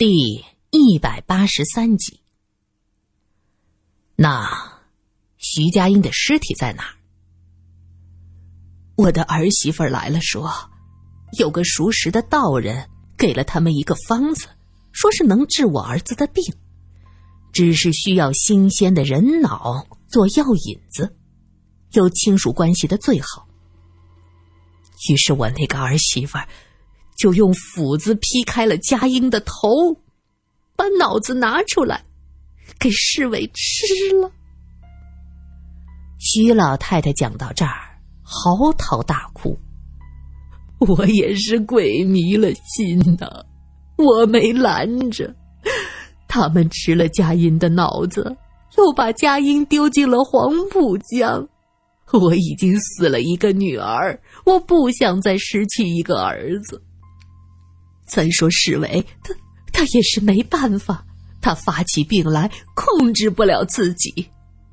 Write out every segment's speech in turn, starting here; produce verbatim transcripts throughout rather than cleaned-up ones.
第一百八十三集。那徐佳音的尸体在哪儿？我的儿媳妇来了，说有个熟识的道人给了他们一个方子，说是能治我儿子的病，只是需要新鲜的人脑做药引子，有亲属关系的最好。于是我那个儿媳妇就用斧子劈开了佳音的头，把脑子拿出来给侍卫吃了。徐老太太讲到这儿嚎啕大哭，我也是鬼迷了心呐，我没拦着，他们吃了佳音的脑子，又把佳音丢进了黄浦江。我已经死了一个女儿，我不想再失去一个儿子。再说侍卫他他也是没办法，他发起病来控制不了自己。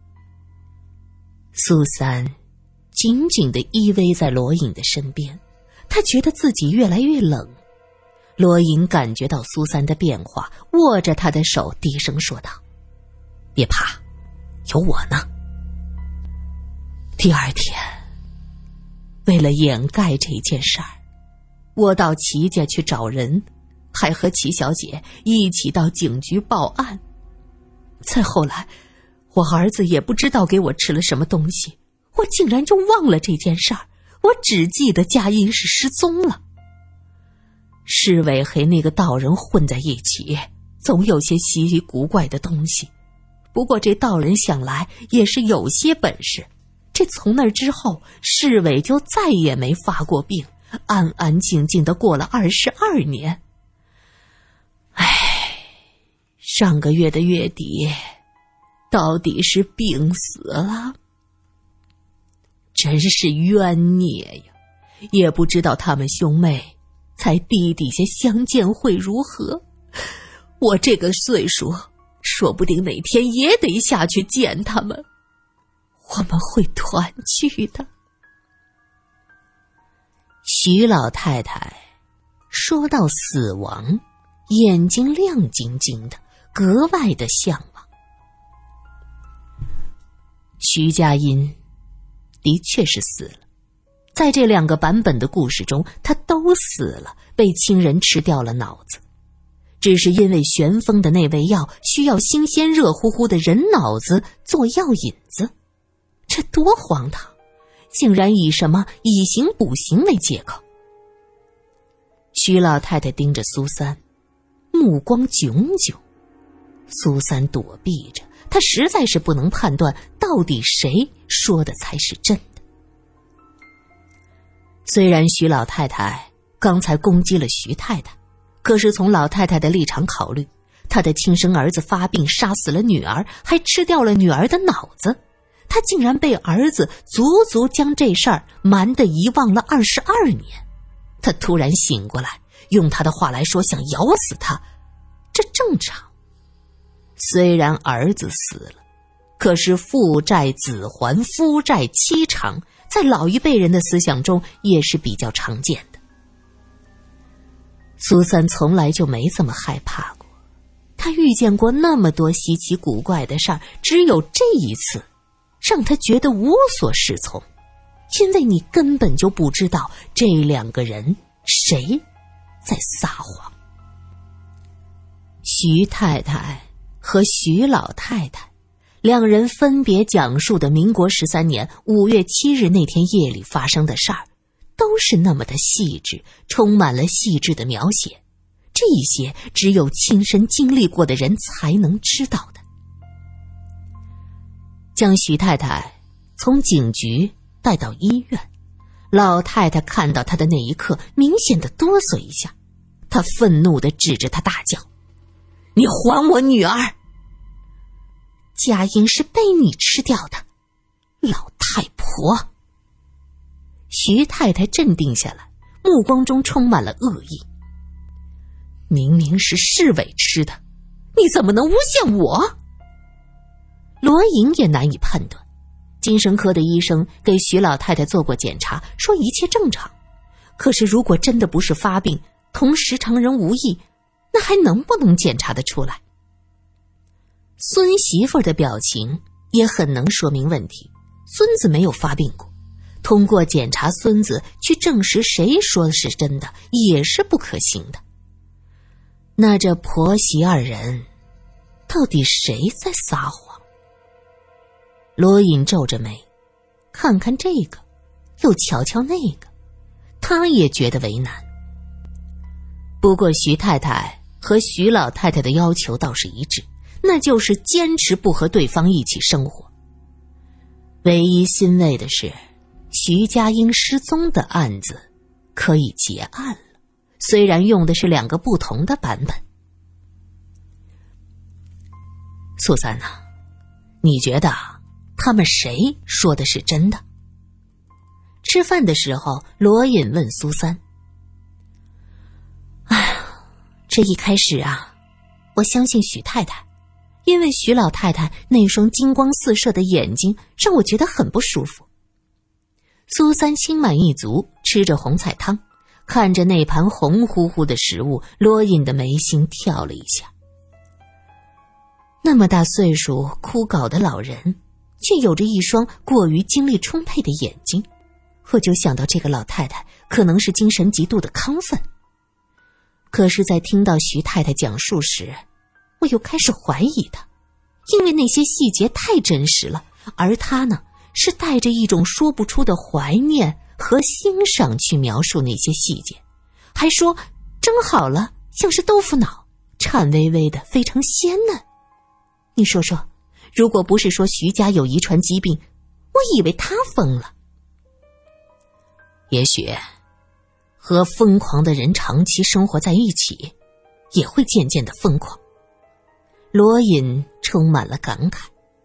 苏三紧紧地依偎在罗隐的身边，他觉得自己越来越冷。罗隐感觉到苏三的变化，握着他的手低声说道：别怕，有我呢。第二天，为了掩盖这件事儿，我到齐家去找人，还和齐小姐一起到警局报案。再后来，我儿子也不知道给我吃了什么东西，我竟然就忘了这件事儿，我只记得佳音是失踪了。侍卫和那个道人混在一起，总有些稀奇古怪的东西。不过这道人想来也是有些本事，这从那之后，侍卫就再也没发过病，安安静静的过了二十二年。唉，上个月的月底，到底是病死了，真是冤孽呀！也不知道他们兄妹在地底下相见会如何。我这个岁数，说不定哪天也得下去见他们，我们会团聚的。徐老太太说到死亡，眼睛亮晶晶的，格外的向往。徐佳音的确是死了，在这两个版本的故事中，他都死了，被亲人吃掉了脑子。只是因为玄风的那味药需要新鲜热乎乎的人脑子做药引子，这多荒唐，竟然以什么以形补形为借口。徐老太太盯着苏三，目光炯炯。苏三躲避着，他实在是不能判断到底谁说的才是真的。虽然徐老太太刚才攻击了徐太太，可是从老太太的立场考虑，她的亲生儿子发病杀死了女儿，还吃掉了女儿的脑子，她竟然被儿子足足将这事儿瞒得遗忘了二十二年。她突然醒过来，用她的话来说，想咬死她，这正常。虽然儿子死了，可是父债子还，夫债妻偿，在老一辈人的思想中也是比较常见的。苏三从来就没这么害怕过，他遇见过那么多稀奇古怪的事儿，只有这一次让他觉得无所适从，因为你根本就不知道这两个人谁在撒谎。徐太太和徐老太太两人分别讲述的民国十三年五月七日那天夜里发生的事儿，都是那么的细致，充满了细致的描写，这些只有亲身经历过的人才能知道的。将徐太太从警局带到医院，老太太看到她的那一刻，明显的哆嗦一下，她愤怒地指着她大叫：你还我女儿！佳音是被你吃掉的，老太婆！徐太太镇定下来，目光中充满了恶意。明明是侍卫吃的，你怎么能诬陷我？罗莹也难以判断，精神科的医生给徐老太太做过检查，说一切正常。可是如果真的不是发病，同时常人无异， 那还能不能检查得出来？孙媳妇的表情也很能说明问题，孙子没有发病过，通过检查孙子去证实谁说的是真的也是不可行的。那这婆媳二人到底谁在撒谎？罗隐皱着眉，看看这个又瞧瞧那个，他也觉得为难。不过徐太太和徐老太太的要求倒是一致，那就是坚持不和对方一起生活。唯一欣慰的是，徐佳英失踪的案子可以结案了，虽然用的是两个不同的版本。苏三啊，你觉得他们谁说的是真的？吃饭的时候，罗隐问苏三。哎呀，这一开始啊，我相信许太太，因为许老太太那双金光四射的眼睛让我觉得很不舒服。苏三心满意足吃着红菜汤，看着那盘红乎乎的食物，罗隐的眉心跳了一下。那么大岁数枯槁的老人，却有着一双过于精力充沛的眼睛，我就想到这个老太太可能是精神极度的亢奋。可是在听到徐太太讲述时，我又开始怀疑她，因为那些细节太真实了，而她呢，是带着一种说不出的怀念和欣赏去描述那些细节，还说蒸好了像是豆腐脑，颤巍巍的非常鲜嫩。你说说，如果不是说徐家有遗传疾病，我以为他疯了。也许和疯狂的人长期生活在一起，也会渐渐的疯狂。罗隐充满了感慨。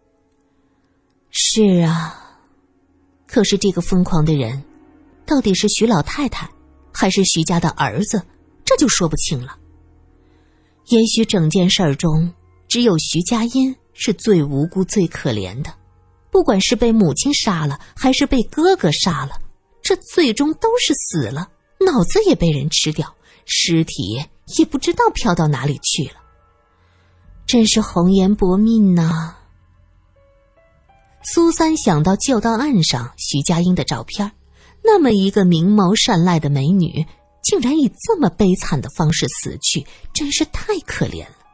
是啊，可是这个疯狂的人到底是徐老太太还是徐家的儿子，这就说不清了。也许整件事儿中只有徐佳音是最无辜最可怜的，不管是被母亲杀了还是被哥哥杀了，这最终都是死了，脑子也被人吃掉，尸体也不知道飘到哪里去了。真是红颜薄命啊。苏三想到旧档案上徐佳音的照片，那么一个明眸善睐的美女，竟然以这么悲惨的方式死去，真是太可怜了。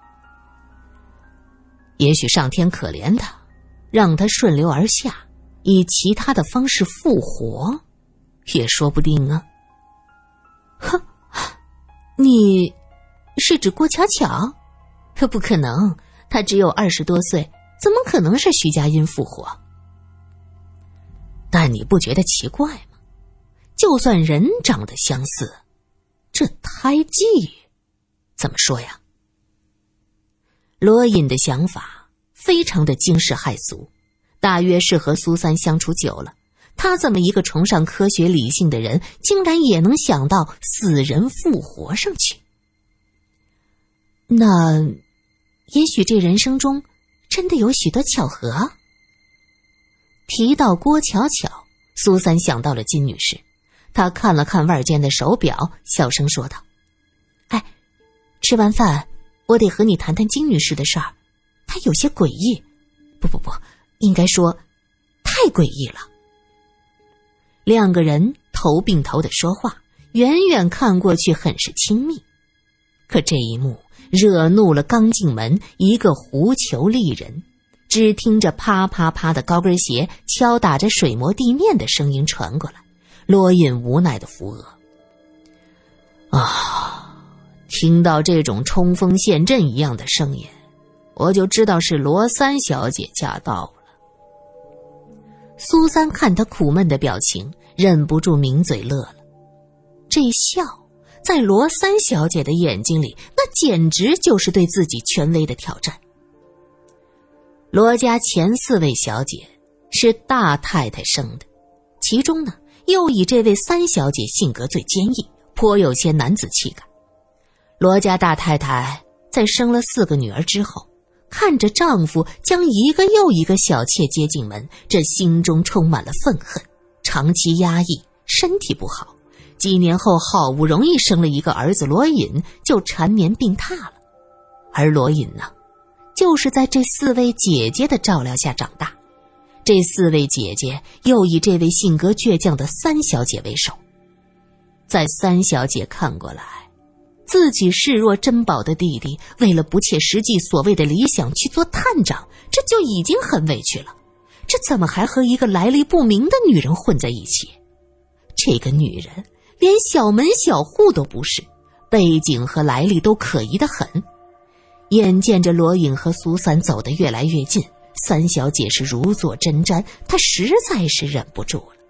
也许上天可怜他，让他顺流而下，以其他的方式复活，也说不定啊。哼，你是指郭巧巧？不可能，她只有二十多岁，怎么可能是徐佳音复活？但你不觉得奇怪吗？就算人长得相似，这胎记怎么说呀？罗隐的想法非常的惊世骇俗，大约是和苏三相处久了，他这么一个崇尚科学理性的人，竟然也能想到死人复活上去。那也许这人生中真的有许多巧合。提到郭巧巧，苏三想到了金女士，她看了看腕间的手表，小声说道：哎，吃完饭我得和你谈谈金女士的事儿，她有些诡异，不不不，应该说太诡异了。两个人头并头的说话，远远看过去很是亲密，可这一幕惹怒了刚进门一个狐裘丽人，只听着啪啪啪的高跟鞋敲打着水磨地面的声音传过来，罗隐无奈的扶额。啊，听到这种冲锋陷阵一样的声音，我就知道是罗三小姐驾到了。苏三看他苦闷的表情，忍不住抿嘴乐了。这笑在罗三小姐的眼睛里，那简直就是对自己权威的挑战。罗家前四位小姐是大太太生的，其中呢，又以这位三小姐性格最坚毅，颇有些男子气概。罗家大太太在生了四个女儿之后，看着丈夫将一个又一个小妾接进门，这心中充满了愤恨，长期压抑，身体不好， 几年后好不容易生了一个儿子罗隐，就缠绵病榻了。而罗隐呢，就是在这四位姐姐的照料下长大。这四位姐姐又以这位性格倔强的三小姐为首。在三小姐看过来，自己视若珍宝的弟弟为了不切实际所谓的理想去做探长，这就已经很委屈了，这怎么还和一个来历不明的女人混在一起？这个女人连小门小户都不是，背景和来历都可疑得很。眼见着罗隐和苏三走得越来越近，三小姐是如坐针毡，她实在是忍不住了。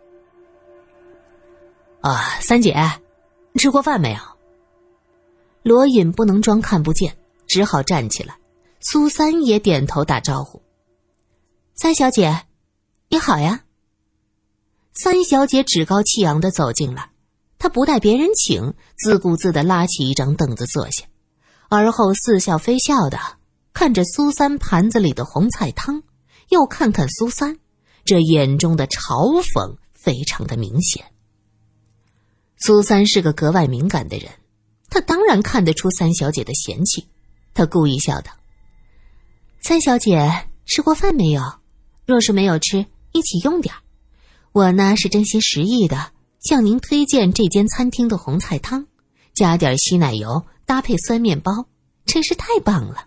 啊，三姐，吃过饭没有？罗隐不能装看不见，只好站起来。苏三也点头打招呼。三小姐，你好呀。三小姐趾高气扬地走进来，她不待别人请，自顾自地拉起一张凳子坐下，而后似笑非笑地看着苏三盘子里的红菜汤，又看看苏三，这眼中的嘲讽非常的明显。苏三是个格外敏感的人，他当然看得出三小姐的嫌弃，他故意笑道：三小姐吃过饭没有？若是没有吃，一起用点。我呢是真心实意的向您推荐这间餐厅的红菜汤，加点稀奶油搭配酸面包，真是太棒了。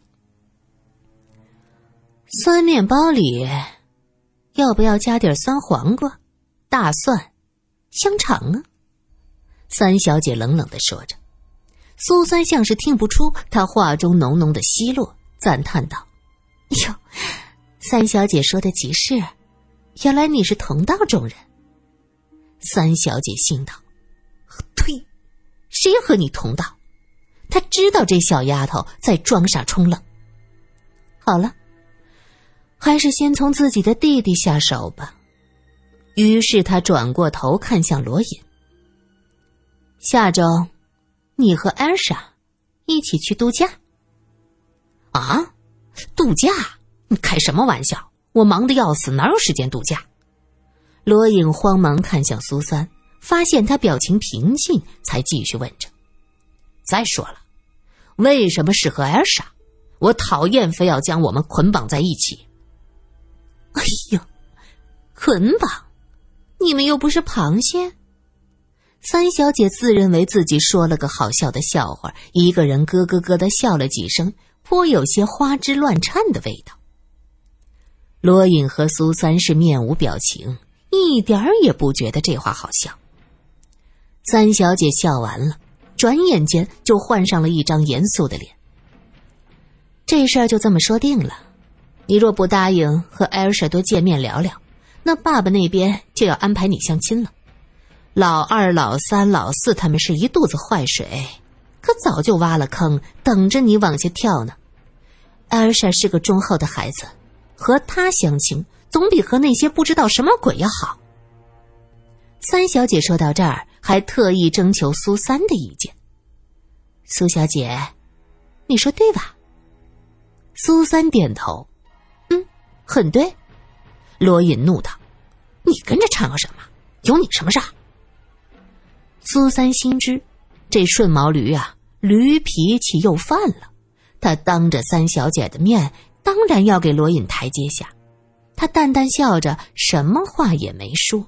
酸面包里要不要加点酸黄瓜、大蒜、香肠啊？三小姐冷冷地说着。苏三像是听不出她话中浓浓的奚落，赞叹道：哟，三小姐说的极是，原来你是同道中人。三小姐心道：呸，谁和你同道？她知道这小丫头在装傻充愣。好了，还是先从自己的弟弟下手吧。于是她转过头看向罗隐：下周你和艾莎一起去度假。啊？度假？你开什么玩笑？我忙得要死，哪有时间度假？罗隐慌忙看向苏三，发现他表情平静，才继续问着：再说了，为什么是和艾莎？我讨厌非要将我们捆绑在一起。哎呦，捆绑？你们又不是螃蟹？三小姐自认为自己说了个好笑的笑话，一个人咯咯咯地笑了几声，颇有些花枝乱颤的味道。罗隐和苏三是面无表情，一点儿也不觉得这话好笑。三小姐笑完了，转眼间就换上了一张严肃的脸。这事儿就这么说定了，你若不答应和艾尔莎多见面聊聊，那爸爸那边就要安排你相亲了。老二、老三、老四他们是一肚子坏水，可早就挖了坑，等着你往下跳呢。艾尔莎是个忠厚的孩子，和他相亲总比和那些不知道什么鬼要好。三小姐说到这儿，还特意征求苏三的意见。苏小姐，你说对吧？苏三点头，嗯，很对。罗隐怒道：你跟着掺和什么？有你什么事？苏三心知这顺毛驴啊，驴脾气又犯了，他当着三小姐的面当然要给罗隐台阶下。他淡淡笑着，什么话也没说。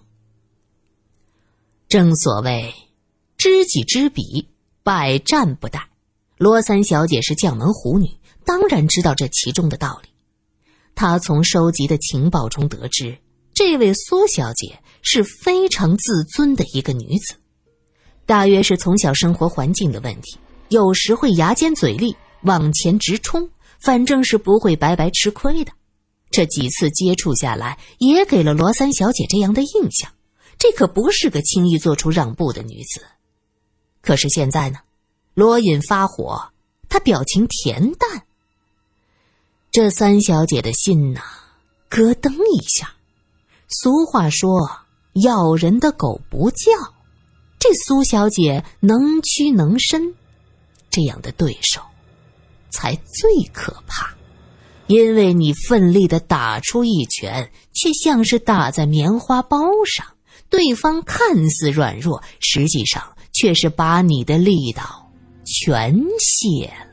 正所谓知己知彼，百战不殆。罗三小姐是将门虎女，当然知道这其中的道理。她从收集的情报中得知，这位苏小姐是非常自尊的一个女子，大约是从小生活环境的问题，有时会牙尖嘴利，往前直冲，反正是不会白白吃亏的。这几次接触下来，也给了罗三小姐这样的印象，这可不是个轻易做出让步的女子。可是现在呢，罗隐发火，她表情恬淡。这三小姐的心呐、啊，咯噔一下。俗话说，咬人的狗不叫。这苏小姐能屈能伸，这样的对手才最可怕。因为你奋力地打出一拳，却像是打在棉花包上，对方看似软弱，实际上却是把你的力道全泄了。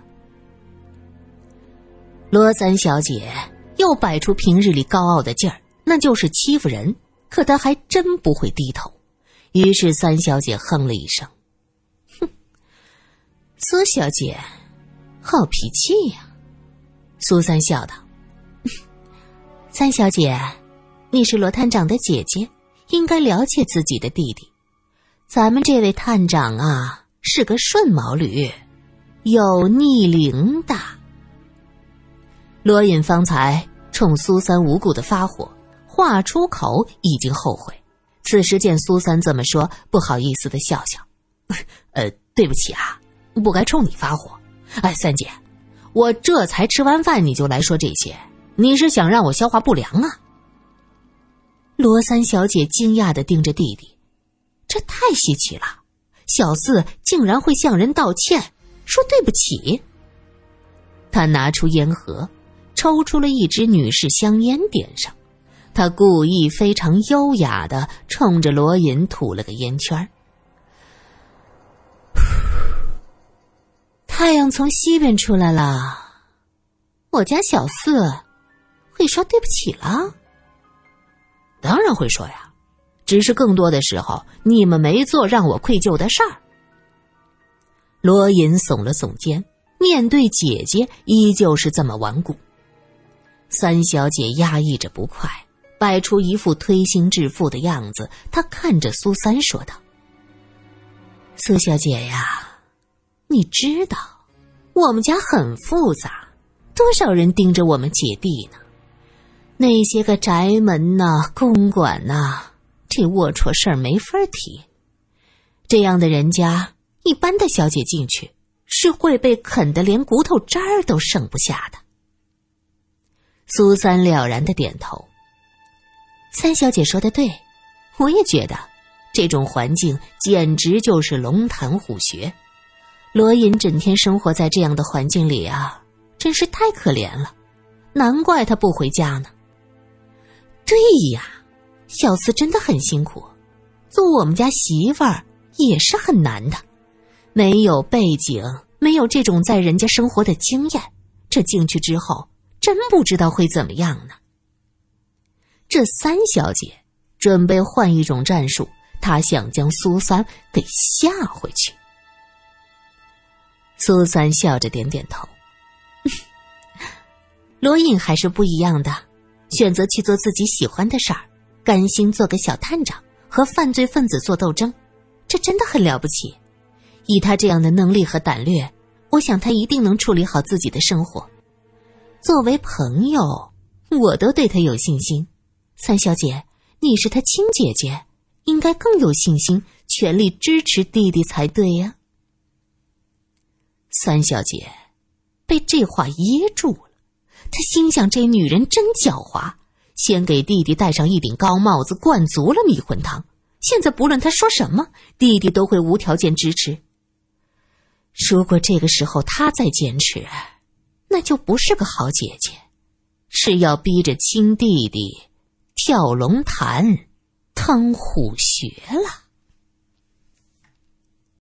罗三小姐又摆出平日里高傲的劲儿，那就是欺负人，可她还真不会低头。于是三小姐哼了一声，哼，苏小姐好脾气呀。苏三笑道，三小姐，你是罗探长的姐姐，应该了解自己的弟弟。咱们这位探长啊，是个顺毛驴，有逆鳞的。罗隐方才冲苏三无故的发火，话出口已经后悔，此时见苏三这么说，不好意思的笑笑，呃，对不起啊，不该冲你发火。哎，三姐，我这才吃完饭你就来说这些，你是想让我消化不良啊？罗三小姐惊讶地盯着弟弟，这太稀奇了，小四竟然会向人道歉，说对不起。他拿出烟盒，抽出了一支女士香烟点上，他故意非常优雅地冲着罗隐吐了个烟圈。太阳从西边出来了，我家小四会说对不起了？当然会说呀，只是更多的时候你们没做让我愧疚的事儿。罗隐耸了耸肩，面对姐姐依旧是这么顽固。三小姐压抑着不快，摆出一副推心置腹的样子，她看着苏三说道，苏小姐呀，你知道我们家很复杂，多少人盯着我们姐弟呢，那些个宅门呐、公馆呐，这龌龊事儿没法提。这样的人家，一般的小姐进去是会被啃得连骨头渣儿都剩不下的。苏三了然地点头，三小姐说的对，我也觉得这种环境简直就是龙潭虎穴。罗隐整天生活在这样的环境里啊，真是太可怜了，难怪他不回家呢。对呀，小四真的很辛苦，做我们家媳妇儿也是很难的，没有背景，没有这种在人家生活的经验，这进去之后真不知道会怎么样呢。这三小姐准备换一种战术，她想将苏三给吓回去。苏三笑着点点头，罗隐还是不一样的，选择去做自己喜欢的事儿，甘心做个小探长，和犯罪分子做斗争，这真的很了不起。以他这样的能力和胆略，我想他一定能处理好自己的生活。作为朋友，我都对他有信心。三小姐，你是他亲姐姐，应该更有信心，全力支持弟弟才对呀。三小姐被这话噎住了，她心想这女人真狡猾，先给弟弟戴上一顶高帽子，灌足了迷魂汤，现在不论她说什么，弟弟都会无条件支持。如果这个时候她再坚持，那就不是个好姐姐，是要逼着亲弟弟跳龙潭趟虎穴了。